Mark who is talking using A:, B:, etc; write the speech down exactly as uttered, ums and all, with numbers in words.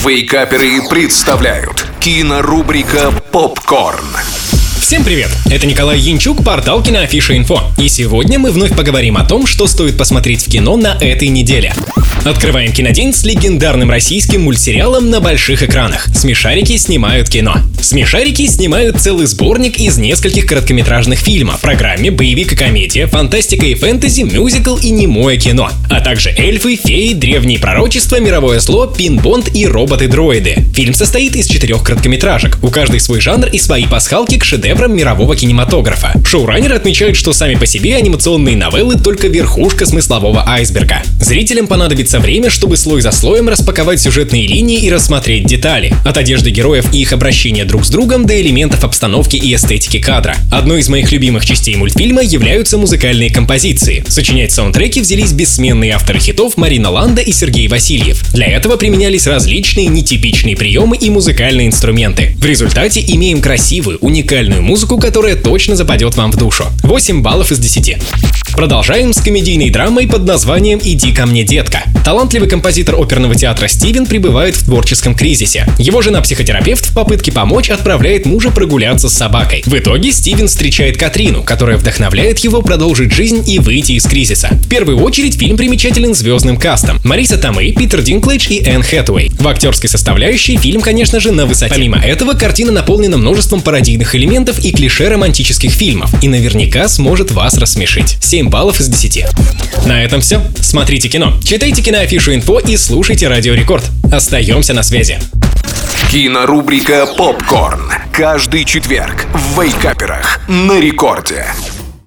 A: Вейкаперы представляют кинорубрика «Попкорн».
B: Всем привет! Это Николай Янчук, портал Киноафиша.инфо. И сегодня мы вновь поговорим о том, что стоит посмотреть в кино на этой неделе. Открываем кинодень с легендарным российским мультсериалом на больших экранах. «Смешарики снимают кино». «Смешарики» снимают целый сборник из нескольких короткометражных фильмов в программе боевик и комедия, фантастика и фэнтези, мюзикл и немое кино, а также эльфы, феи, древние пророчества, мировое зло, пин-бонд и роботы-дроиды. Фильм состоит из четырех короткометражек, у каждой свой жанр и свои пасхалки к шедеврам мирового кинематографа. Шоураннеры отмечают, что сами по себе анимационные новеллы только верхушка смыслового айсберга. Зрителям понадобится время, чтобы слой за слоем распаковать сюжетные линии и рассмотреть детали. От одежды героев и их обращения друг с другом до элементов обстановки и эстетики кадра. Одной из моих любимых частей мультфильма являются музыкальные композиции. Сочинять саундтреки взялись бессменные авторы хитов Марина Ланда и Сергей Васильев. Для этого применялись различные нетипичные приемы и музыкальные инструменты. В результате имеем красивую, уникальную музыку, которая точно западет вам в душу. восемь баллов из десяти. Продолжаем с комедийной драмой под названием «Иди ко мне, детка». Талантливый композитор оперного театра Стивен пребывает в творческом кризисе. Его жена-психотерапевт в попытке помочь отправляет мужа прогуляться с собакой. В итоге Стивен встречает Катрину, которая вдохновляет его продолжить жизнь и выйти из кризиса. В первую очередь фильм примечателен звездным кастом. Мариса Томей, Питер Динклэйдж и Энн Хэтэуэй. В актерской составляющей фильм, конечно же, на высоте. Помимо этого, картина наполнена множеством пародийных элементов и клише романтических фильмов, и наверняка сможет вас рассмешить. семь баллов из десяти. На этом все. Смотрите кино, читайте Киноафишу.инфо и слушайте Радио Рекорд. Остаемся на связи.
A: Кинорубрика «Попкорн». Каждый четверг в Вейкаперах на Рекорде.